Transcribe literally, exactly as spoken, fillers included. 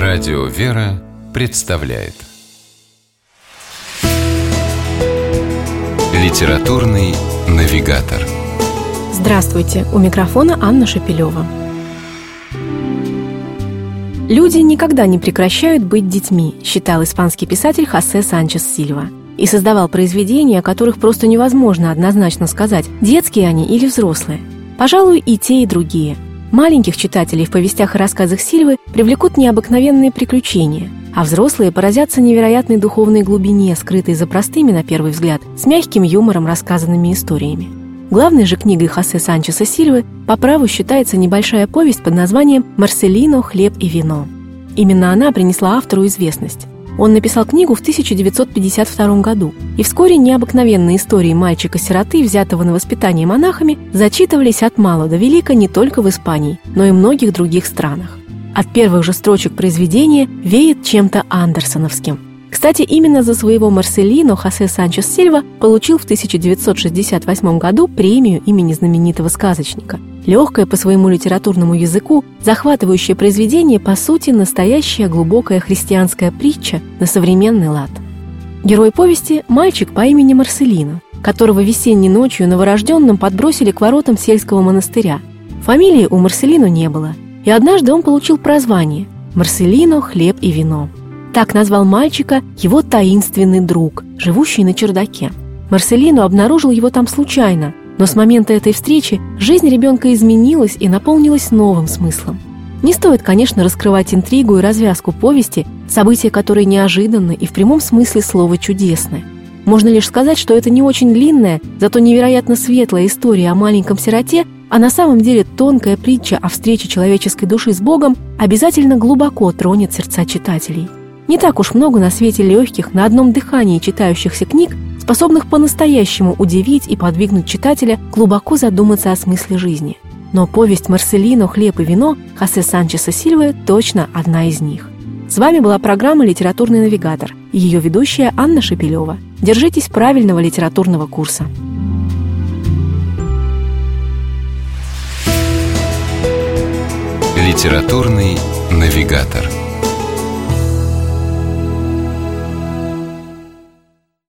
Радио «Вера» представляет Литературный навигатор. Здравствуйте, у микрофона Анна Шапилева. Люди никогда не прекращают быть детьми, считал испанский писатель Хосе Санчес Сильва. И создавал произведения, о которых просто невозможно однозначно сказать, детские они или взрослые. Пожалуй, и те, и другие. Маленьких читателей в повестях и рассказах Сильвы привлекут необыкновенные приключения, а взрослые поразятся невероятной духовной глубине, скрытой за простыми, на первый взгляд, с мягким юмором рассказанными историями. Главной же книгой Хосе Санчеса Сильвы по праву считается небольшая повесть под названием «Марселино. Хлеб и вино». Именно она принесла автору известность. Он написал книгу в тысяча девятьсот пятьдесят втором году, и вскоре необыкновенные истории мальчика-сироты, взятого на воспитание монахами, зачитывались от мала до велика не только в Испании, но и многих других странах. От первых же строчек произведения веет чем-то андерсоновским. Кстати, именно за своего «Марселино» Хосе Санчес Сильва получил в тысяча девятьсот шестьдесят восьмом году премию имени знаменитого сказочника. Легкое по своему литературному языку, захватывающее произведение, по сути, настоящая глубокая христианская притча на современный лад. Герой повести – мальчик по имени Марселино, которого весенней ночью новорожденным подбросили к воротам сельского монастыря. Фамилии у Марселино не было, и однажды он получил прозвание «Марселино. Хлеб и вино». Так назвал мальчика его таинственный друг, живущий на чердаке. Марселино обнаружил его там случайно, но с момента этой встречи жизнь ребенка изменилась и наполнилась новым смыслом. Не стоит, конечно, раскрывать интригу и развязку повести, события которой неожиданны и в прямом смысле слова чудесны. Можно лишь сказать, что это не очень длинная, зато невероятно светлая история о маленьком сироте, а на самом деле тонкая притча о встрече человеческой души с Богом обязательно глубоко тронет сердца читателей. Не так уж много на свете легких, на одном дыхании читающихся книг, способных по-настоящему удивить и подвигнуть читателя глубоко задуматься о смысле жизни. Но повесть «Марселино. Хлеб и вино» Хосе Санчеса Сильвы точно одна из них. С вами была программа «Литературный навигатор» и ее ведущая Анна Шапилева. Держитесь правильного литературного курса. Литературный навигатор.